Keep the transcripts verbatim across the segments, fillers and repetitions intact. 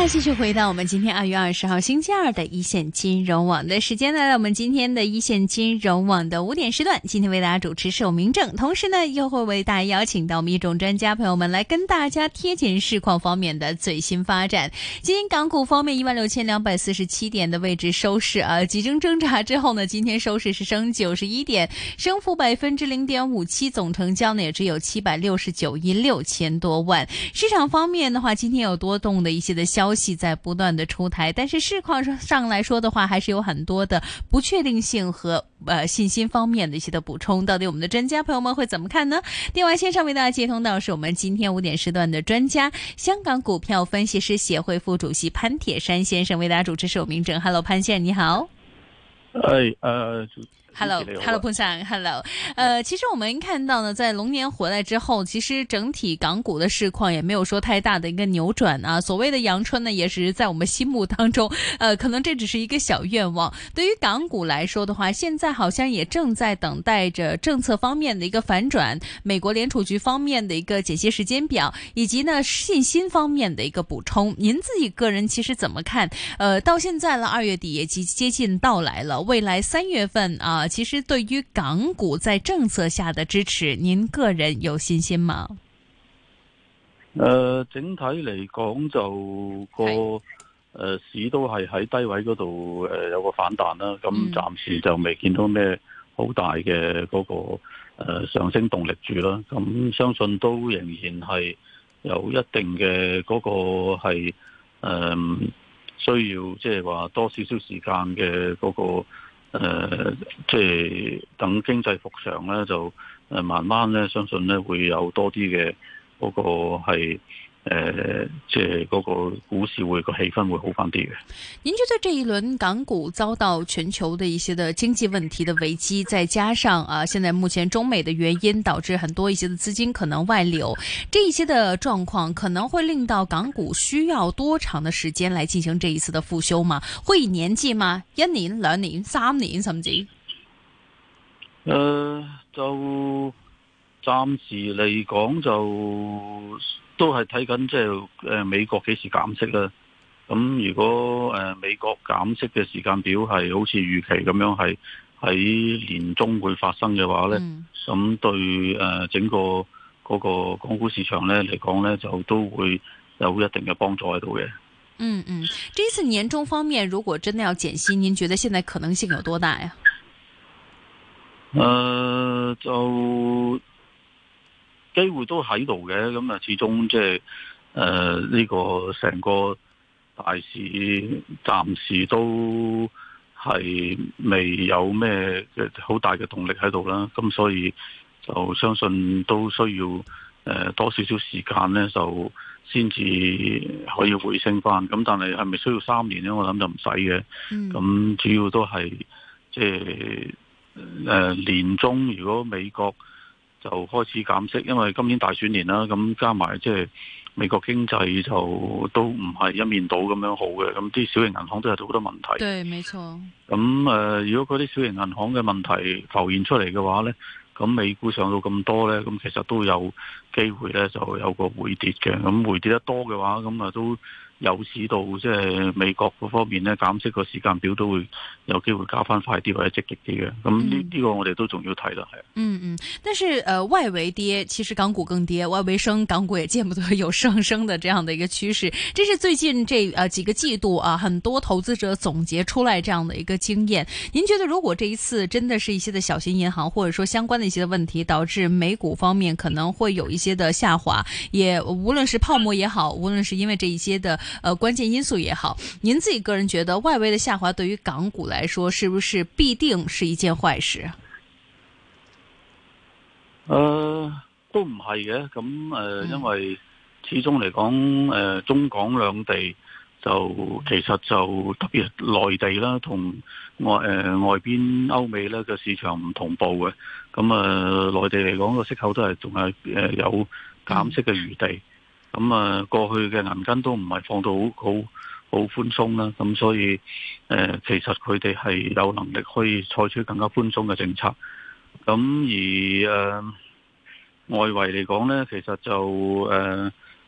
家继续回到我们今天二月二十号星期二的一线金融网的时间，来到我们今天的一线金融网的五点时段，今天为大家主持是我明正，同时呢又会为大家邀请到我们一众专家朋友们来跟大家贴紧市况方面的最新发展。今天港股方面一万六千两百四十七点的位置收市啊，几经挣扎之后呢，今天收市是升九十一点，升幅百分之零点五七，总成交呢也只有七百六十九亿六千多万。市场方面的话，今天有多动的一些的消息在不断的出台，但是市况上来说的话，还是有很多的不确定性和呃信心方面的一些的补充。到底我们的专家朋友们会怎么看呢？电话线上为大家接通到是我们今天五点时段的专家，香港股票分析师协会副主席潘铁珊先生为大家主持是我明正。Hello， 潘先生你好。 哎，呃。 Hello，Hello， 潘生 ，Hello， 呃，其实我们看到呢，在龙年回来之后，其实整体港股的市况也没有说太大的一个扭转啊。所谓的阳春呢，也是在我们心目当中，呃，可能这只是一个小愿望。对于港股来说的话，现在好像也正在等待着政策方面的一个反转，美国联储局方面的一个减息时间表，以及呢信心方面的一个补充。您自己个人其实怎么看？呃，到现在了，二月底也接接近到来了，未来三月份啊。其实对于港股在政策下的支持，您个人有信心嗎？ 呃，整體嚟講就個誒、呃、市都係喺低位嗰度誒有個反彈啦，咁暫時就未見到咩好大嘅嗰、那個誒、呃、上升動力住啦，咁相信都仍然係有一定嘅嗰個係誒、呃、需要即係話多少少時間嘅嗰個。誒、呃，即係等經濟復常咧，就誒慢慢咧，相信咧會有多啲嘅嗰個係誒，即係嗰個股市會個氣氛會好翻啲嘅。 您覺得這一輪港股遭到全球的一些的經濟問題的危機，再加上啊，現在目前中美的原因導致很多一些的資金可能外流，這一些的狀況可能會令到港股需要多長的時間來進行這一次的復修嗎？會以年計嗎？一年、兩年、三年甚至？ 誒、呃，就暫時嚟講就都係睇緊即係誒美國幾時減息啦。咁如果誒、呃、美國減息嘅時間表係好似預期咁樣係喺年中會發生嘅話咧，咁、嗯、對誒、呃、整個嗰個港股市場咧嚟講咧就都會有一定嘅幫助喺度嘅。 嗯嗯，這一次年中方面如果真的要減息，您覺得現在可能性有多大呀？ 誒、呃，就機會都喺度嘅，咁啊始終即係誒呢個成個大市暫時都係未有咩嘅好大嘅動力喺度啦，咁所以就相信都需要誒、呃、多少少時間咧，就先至可以回升翻。咁但係係咪需要三年咧？我諗就唔使嘅。咁、嗯、主要都係即係誒年中，如果美國就開始減息，因為今年大選年啦，咁加埋即係美國經濟就都唔係一面倒咁樣好嘅，咁啲小型銀行都有好多問題。 對，沒錯。 咁誒、呃，如果嗰啲小型銀行嘅問題浮現出嚟嘅話咧，咁美股上到咁多咧，咁其實都有機會咧就有個回跌嘅。咁回跌得多嘅話，咁啊都有使到即係美國嗰方面咧減息個時間表都會有機會加翻快啲或者積極啲嘅。咁呢呢個我哋都仲要睇啦，係。 嗯嗯，但是呃外圍跌，其實港股更跌；外圍升，港股也見不得有上升的這樣的一個趨勢。這是最近這呃幾個季度啊，很多投資者總結出來這樣的一個經驗。您覺得如果這一次真的是一些的小型銀行，或者說相關的一些的問題，導致美股方面可能會有一些的下滑，也無論是泡沫也好，無論是因為這一些的呃關鍵因素也好，您自己個人覺得外圍的下滑對於港股來說，是不是必定是一件壞事？ 誒、呃，都唔係嘅，咁誒、呃嗯，因為始終嚟講，誒、呃、中港兩地就其實就特別內地啦，同外誒、呃、外邊歐美咧嘅市場唔同步嘅，咁啊、呃、內地嚟講個息口都係仲係誒有減息嘅餘地，咁、嗯、啊、呃、過去嘅銀根都唔係放到好好好寬鬆啦，咁所以誒、呃、其實佢哋係有能力可以採取更加寬鬆嘅政策。咁而誒、呃、外圍嚟講咧，其實就誒、呃、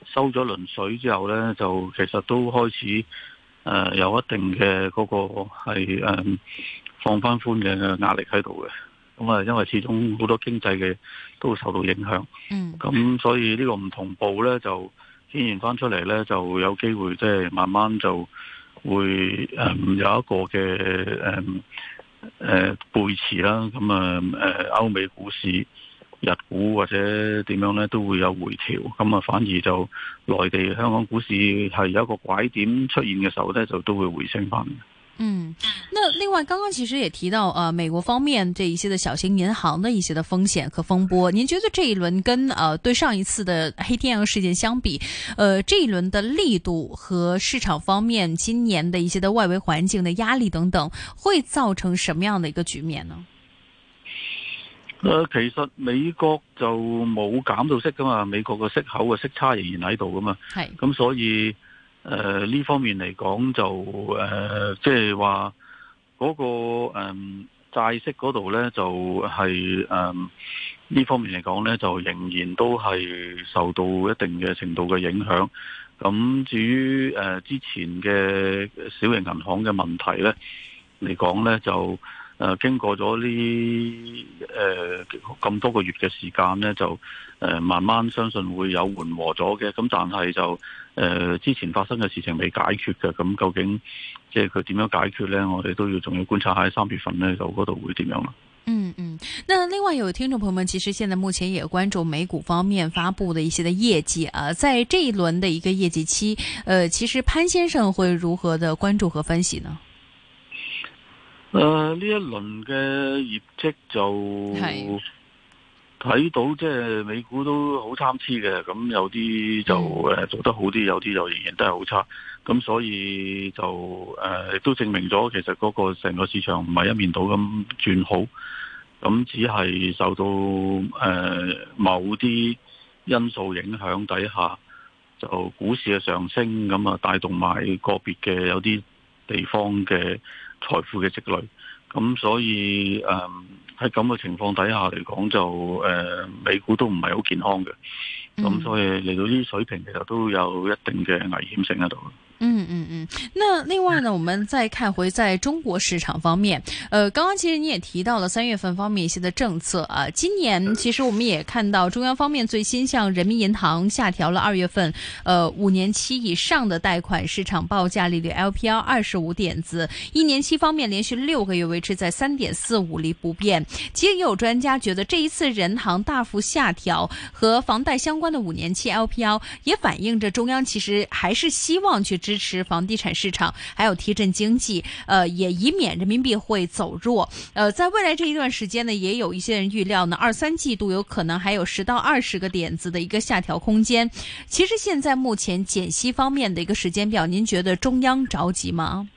收咗輪水之後呢，就其實都開始誒、呃、有一定嘅嗰個係誒、呃、放翻寬嘅壓力喺度嘅。咁啊，因為始終好多經濟嘅都受到影響， 嗯， 咁所以呢個唔同步呢，就顯現翻出嚟呢，就有機會即係慢慢就會誒、呃、有一個嘅誒誒背馳啦。咁啊誒歐美股市、日股或者點樣呢，都會有回調，咁啊反而就內地香港股市係有一個拐點出現嘅時候呢，就都會回升翻。 嗯，那另外剛剛其實也提到，呃，美國方面這一些的小型銀行的一些的風險和風波，您覺得這一輪跟呃對上一次的黑天鵝事件相比，呃這一輪的力度和市場方面今年的一些的外圍環境的壓力等等，會造成什麼樣的一個局面呢？ 呃，其實美國就冇減到息噶嘛，美國個息口嘅息差仍然喺度噶嘛，係，咁所以。誒呢、呃、方面嚟講就誒即係話嗰個誒、呃、債息嗰度呢，就係誒呢方面嚟講呢，就仍然都係受到一定嘅程度嘅影響。咁至於誒、呃、之前嘅小型銀行嘅問題呢嚟講呢，就誒、呃、經過咗呢誒咁多個月嘅時間呢，就誒、呃、慢慢相信會有緩和咗嘅。咁但係就誒、呃，之前發生嘅事情未解決嘅，咁究竟即係佢點樣解決呢？我哋都要仲要觀察下三月份呢，就嗰度會點樣啦。 嗯嗯，那另外有聽眾朋友們，其實現在目前也關注美股方面發布的一些的業績啊，在這一輪的一個業績期，呃，其實潘先生會如何的關注和分析呢？ 誒、呃，呢一輪嘅業績就係。睇到即係美股都好參差嘅，咁有啲就誒做得好啲，有啲就仍然都係好差，咁所以就誒亦都證明咗其實嗰個成個市場唔係一面倒咁轉好，咁只係受到誒某啲因素影響底下，就股市嘅上升，咁啊帶動埋個別嘅有啲地方嘅財富嘅積累，咁所以誒。喺咁嘅情況底下嚟講，就誒、呃、美股都唔係好健康嘅，咁、嗯、所以嚟到呢啲水平，其實都有一定嘅危險性喺度。 嗯嗯嗯，那另外呢，我們再看回在中國市場方面，呃，剛剛其實你也提到了三月份方面一些的政策啊，今年其實我們也看到中央方面最新向人民銀行下調了二月份，呃，五年期以上的貸款市場報價利率 L P R 二十五點子，一年期方面連續六個月維持在三點四五厘不變。其實也有專家覺得這一次人行大幅下調和房貸相關的五年期 L P R， 也反映着中央其實還是希望去支持房地產市場，還有提振經濟，呃，也以免人民幣會走弱。呃，在未來這一段時間呢，也有一些人預料呢，二三季度有可能還有十到二十個點子的一個下調空間。其實現在目前減息方面的一個時間表，您覺得中央着急嗎？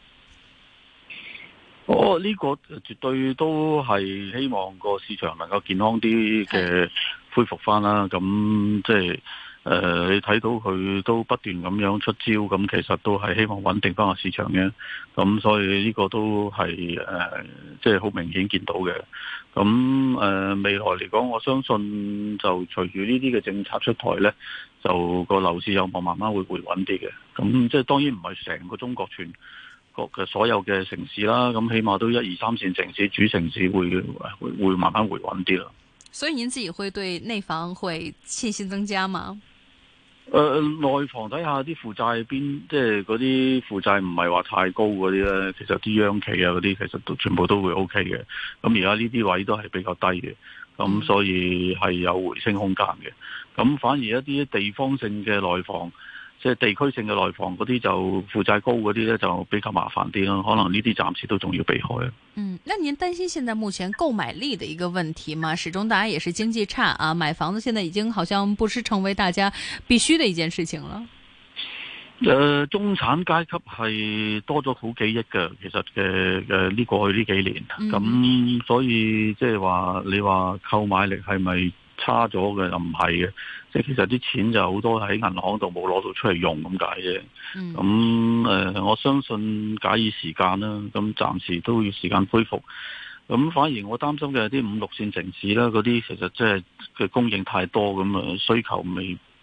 哦，呢個絕對都係希望個市場能夠健康啲嘅恢復翻啦。咁即係。誒、呃，你睇到佢都不斷咁樣出招，咁其實都係希望穩定翻個市場嘅，咁所以呢個都係誒，即係好明顯見到嘅。咁誒、呃，未來嚟講，我相信就隨住呢啲嘅政策出台呢，就個樓市有望慢慢會回穩啲嘅。咁即係當然唔係成個中國全國嘅所有嘅城市啦，咁起碼都一二三線城市、主城市會會會慢慢回穩啲啦。 所以您自己會對內房會信心增加嗎？ 誒、呃，內房底下啲負債邊，即係嗰啲負債唔係話太高嗰啲咧，其實啲央企啊嗰啲，其實都全部都會 O K 嘅。咁而家呢啲位都係比較低嘅，咁所以係有回升空間嘅。咁反而一啲地方性嘅內房，即係地區性嘅內房嗰啲就負債高嗰啲咧，就比較麻煩啲咯。可能呢啲暫時都仲要避開。 嗯，那您擔心現在目前購買力的一個問題嗎？始終大家也是經濟差啊，買房子現在已經好像不是成為大家必須的一件事情了。 誒、呃，中產階級係多咗好幾億嘅，其實嘅誒呢過去呢幾年，咁、嗯、所以即係話你話購買力係咪差咗嘅？又唔係嘅，即係其實啲錢就好多喺銀行度冇攞到出嚟用咁解啫。咁誒、嗯呃，我相信假以時間啦，咁暫時都要時間恢復。咁反而我擔心嘅係啲五六線城市啦，嗰啲其實即係嘅供應太多，咁啊需求未必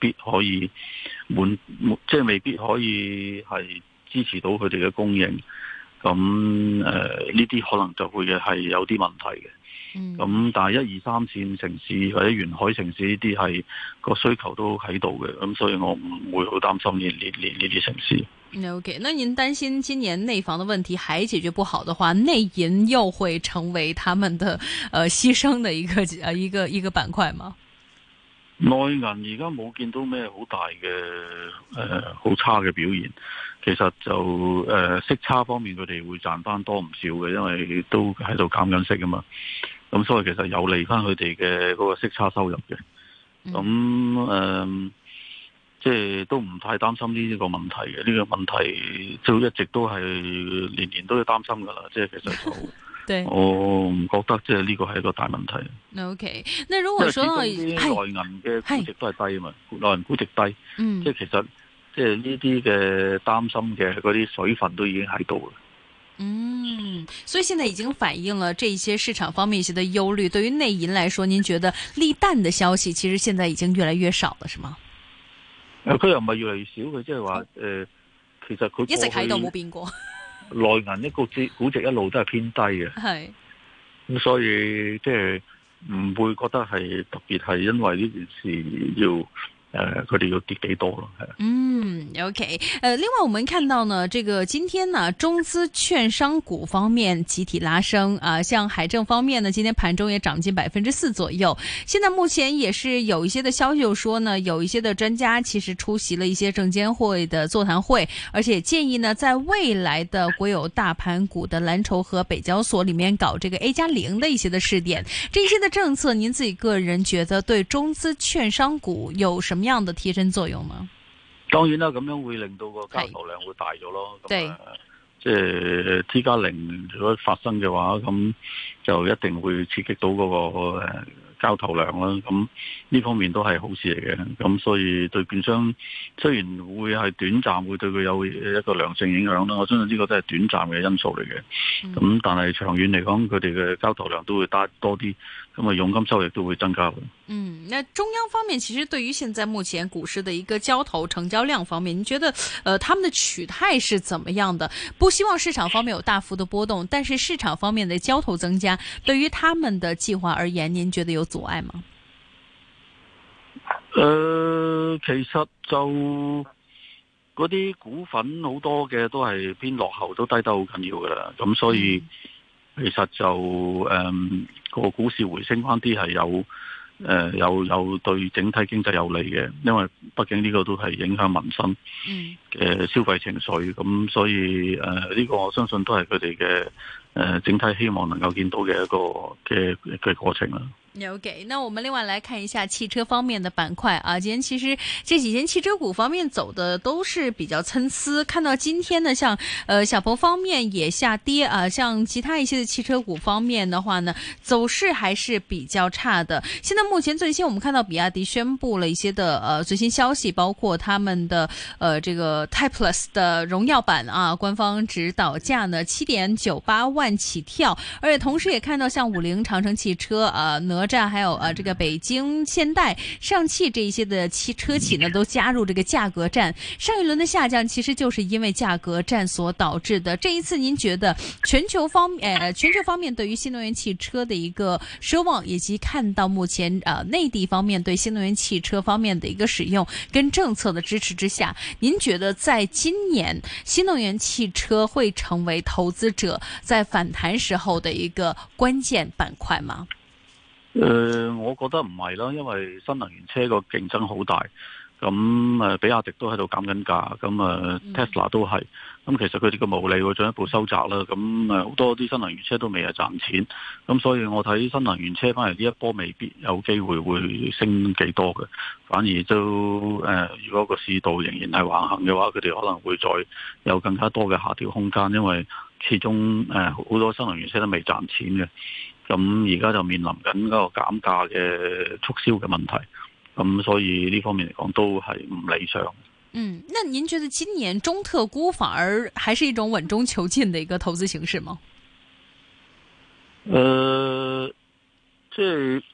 必可以滿，即係未必可以係支持到佢哋嘅供應。咁誒呢啲可能就會係有啲問題嘅。咁、嗯、但係一二三線城市或者沿海城市呢啲係個需求都喺度嘅，咁所以我唔會好擔心呢呢呢呢啲城市。 OK， 那您擔心今年內房的問題還解決不好的話，內銀又會成為他們的呃犧牲的一個呃一個一個板塊嗎？ 內銀而家冇見到咩好大嘅誒好差嘅表現，其實就誒、呃、息差方面佢哋會賺翻多唔少嘅，因為都喺度減緊息啊嘛。咁所以其實有利翻佢哋嘅嗰個息差收入嘅，咁誒、嗯呃，即係都唔太擔心呢個問題嘅。呢、呢個問題就一直都係年年都要擔心噶啦。即係其實就對我唔覺得即係呢個係一個大問題。 OK，那如果說到啲內銀嘅估值都係低啊嘛，內銀估值低，嗯、即係其實即係呢啲嘅擔心嘅嗰啲水分都已經喺度啦。 嗯，所以現在已經反映了這些市場方面一些的憂慮。對於內銀來說，您覺得利淡的消息其實現在已經越來越少了，是嗎？ 誒，佢又唔係越嚟越少，佢即係話誒，其實佢一直喺度冇變過。 內銀一個值估值一路都係偏低嘅，係咁是，所以即係唔會覺得係特別係因為呢件事要。呃，佢哋要跌幾多咯？係嗯 ，OK，呃，另外我們看到呢，這個今天呢，中資券商股方面集體拉升啊，像海證方面呢，今天盤中也漲近百分之四左右。現在目前也是有一些的消息，就說呢，有一些的專家其實出席了一些證監會的座談會，而且建議呢，在未來的國有大盤股的藍籌和北交所裏面搞這個 A 加零的一些的試點。這些的政策，您自己個人覺得對中資券商股有什麼樣的提升作用嗎？ 當然啦，咁樣會令到個交投量會大咗咯。 對， 即係 T 加零如果發生嘅話，咁就一定會刺激到嗰個誒交投量啦。咁呢方面都係好事嚟嘅。咁所以對券商雖然會係短暫會對佢有一個良性影響啦，我相信呢個都係短暫嘅因素嚟嘅。咁、嗯、但係長遠嚟講，佢哋嘅交投量都會大多啲，咁啊佣金收益都會增加。 嗯，那中央方面其實對於現在目前股市的一個交投成交量方面，您覺得呃他們的取態是怎麼樣的？不希望市場方面有大幅的波動，但是市場方面的交投增加，對於他們的計劃而言，您覺得有阻礙嗎？ 呃，其實就嗰啲股份好多嘅都係偏落後，都低得好緊要噶啦，咁所以其實就誒個、嗯、股市回升翻啲係有。誒、呃，有有對整體經濟有利嘅，因為畢竟呢個都係影響民生嘅消費情緒，咁、嗯、所以誒呢、呃這個我相信都係佢哋嘅誒整體希望能夠見到嘅一個嘅嘅過程啦。 OK，那我們另外來看一下汽車方面的板塊啊。今天其實這幾天汽車股方面走的都是比較參差，看到今天呢，像呃小鵬方面也下跌啊，像其他一些的汽車股方面的話呢，走勢還是比較差的。現在目前最新我們看到比亞迪宣布了一些的呃最新消息，包括他們的呃這個 Type Plus 的榮耀版啊，官方指導價呢七點九八萬起跳，而且同時也看到像五菱長城汽車啊哪吒還有呃這個北京現代、上汽這一些的汽車企呢，都加入這個價格戰。上一輪的下降其實就是因為價格戰所導致的。這一次您覺得全球方面，呃，全球方面對於新能源汽車的一個奢望，以及看到目前呃內地方面對新能源汽車方面的一個使用跟政策的支持之下，您覺得在今年新能源汽車會成為投資者在反彈時候的一個關鍵板塊嗎？ 誒、呃，我覺得唔係啦，因為新能源車個競爭好大，咁誒，比亞迪都喺度減緊價，咁誒，Tesla 都係，咁其實佢哋個毛利會進一步收窄啦，咁誒，好多啲新能源車都未係賺錢，咁所以我睇新能源車翻嚟呢一波未必有機會會升幾多嘅，反而都誒、呃，如果個市道仍然係橫行嘅話，佢哋可能會再有更加多嘅下調空間，因為始終誒好多新能源車都未賺錢嘅。咁而家就面臨緊嗰個減價嘅促銷嘅問題，咁所以呢方面嚟講都係唔理想。 嗯，那您覺得今年中特估反而還是一種穩中求進的一個投資形式嗎？ 誒、呃，即係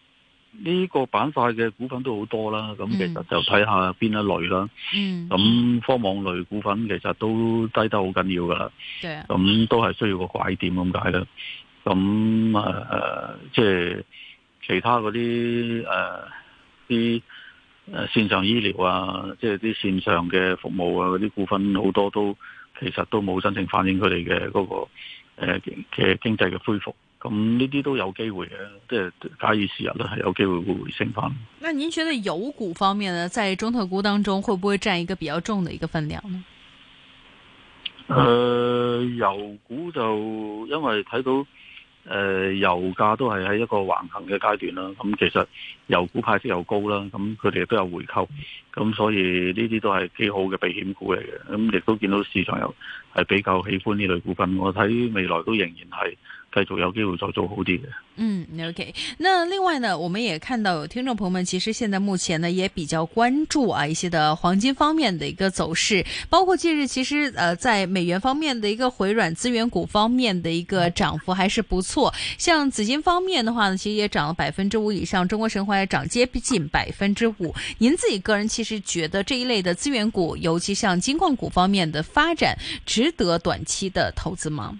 呢個板塊嘅股份都好多啦，咁其實就睇下邊一類啦。 嗯， 咁科網類股份其實都低得好緊要噶啦。 對啊。 咁都係需要個拐點咁解啦。咁誒、呃，即係其他嗰啲誒啲誒線上醫療啊，即係啲線上嘅服務啊，嗰啲股份好多都其實都冇真正反映佢哋嘅嗰個誒嘅經濟嘅恢復。咁呢啲都有機會嘅，即係假以時日咧，係有機會會回升翻。 那您覺得油股方面呢，在中特股當中，會不會佔一個比較重的一個分量呢？ 誒、呃，油股就因為睇到誒、呃、油價都係喺一個橫行嘅階段啦，咁其實油股派息又高啦，咁佢哋都有回購，咁所以呢啲都係幾好嘅避險股嚟嘅，咁亦都見到市場又係比較喜歡呢類股份，我睇未來都仍然係繼續有機會再做好啲嘅。 嗯 ，OK。那另外呢，我們也看到有聽眾朋友們，其實現在目前呢也比較關注啊一些的黃金方面的一個走勢，包括近日其實呃在美元方面的一個回軟，資源股方面的一個漲幅還是不錯。像紫金方面的話呢，其實也漲了百分之五以上，中國神華也漲接近百分之五。您自己個人其實覺得這一類的資源股，尤其像金礦股方面的發展，值得短期的投資嗎？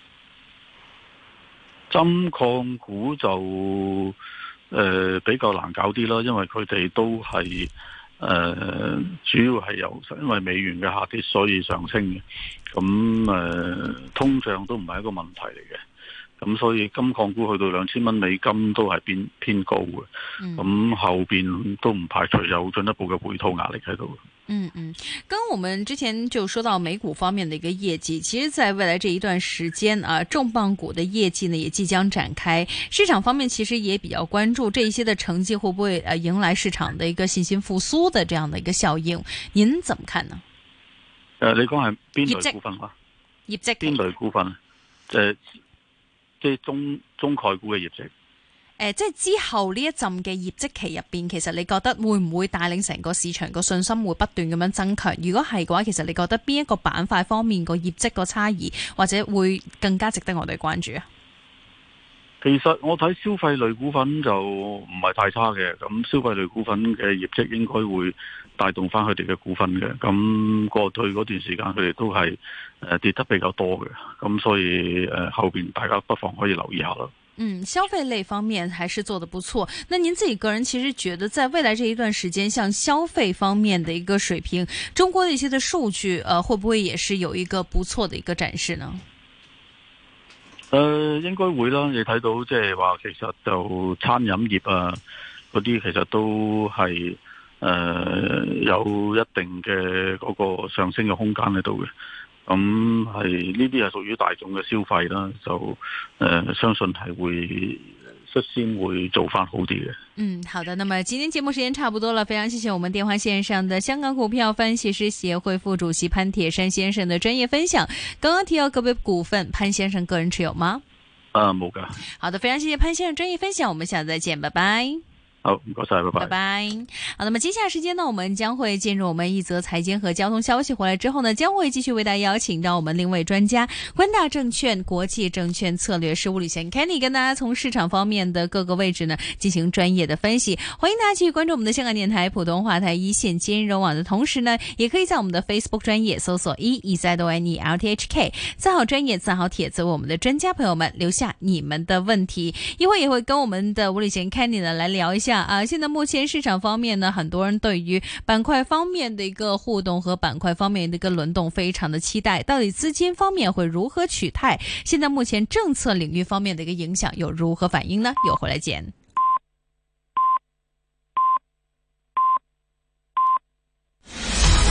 金礦股就誒、呃、比較難搞啲啦，因為佢哋都係誒、呃、主要係由因為美元嘅下跌所以上升嘅，咁誒、呃、通脹都唔係一個問題嚟嘅。咁所以金礦股去到兩千蚊美金都係偏偏高嘅，咁、嗯、後邊都唔排除有進一步嘅回吐壓力喺度。 嗯嗯，剛剛我們之前就說到美股方面的一個業績，其實在未來這一段時間啊，重磅股的業績呢也即將展開，市場方面其實也比較關注這一些的成績會不會呃迎來市場的一個信心復甦的這樣的一個效應，您怎麼看呢？ 誒、呃，你講係邊類股份啊？ 業績邊類股份？即係即係中中概股嘅業績。 誒、呃，即係之後呢一陣嘅業績期入邊，其實你覺得會唔會帶領成個市場個信心會不斷咁樣增強？如果係嘅話，其實你覺得邊一個板塊方面個業績個差異，或者會更加值得我哋關注啊？ 其實我睇消費類股份就唔係太差嘅，咁消費類股份嘅業績應該會帶動翻佢哋嘅股份嘅。咁過去嗰段時間佢哋都係誒跌得比較多嘅，咁所以誒後邊大家不妨可以留意下啦。 嗯，消費類方面還是做得不錯。那您自己個人其實覺得，在未來這一段時間，像消費方面的一個水平，中國的一些的數據，呃，會不會也是有一個不錯的一個展示呢？ 誒、呃，應該會啦。你睇到即係話，其實就餐飲業啊，嗰啲其實都係誒、呃、有一定嘅嗰個上升嘅空間喺度嘅。咁係呢啲係屬於大眾嘅消費啦，就誒、呃、相信係會率先會做翻好啲嘅。 嗯，好的。那麼今天節目時間差不多了，非常謝謝我們電話線上的香港股票分析師協會副主席潘鐵珊先生的專業分享。剛剛提到個別股份，潘先生個人持有嗎？ 啊，冇噶。 好的，非常謝謝潘先生專業分享，我們下次再見，拜拜。 好，唔該晒，拜拜。 拜拜。好，那麼接下來時間呢，我們將會進入我們一則財經和交通消息，回來之後呢，將會繼續為大家邀請到我們另一位專家，觀大證券國際證券策略師吳禮賢 Kenny 跟大家從市場方面的各個位置呢進行專業的分析。歡迎大家繼續關注我們的香港電台普通話台一線金融網的同時呢，也可以在我們的 Facebook 專頁搜索一 E Z O N E L T H K， 讚好專業讚好帖子，為我們的專家朋友們留下你們的問題，一會也會跟我們的吳禮賢 Kenny 呢來聊一下啊，現在目前市場方面呢，很多人對於板塊方面的一個互動和板塊方面的一個輪動非常的期待，到底資金方面會如何取態？現在目前政策領域方面的一個影響又如何反應呢？又回來見。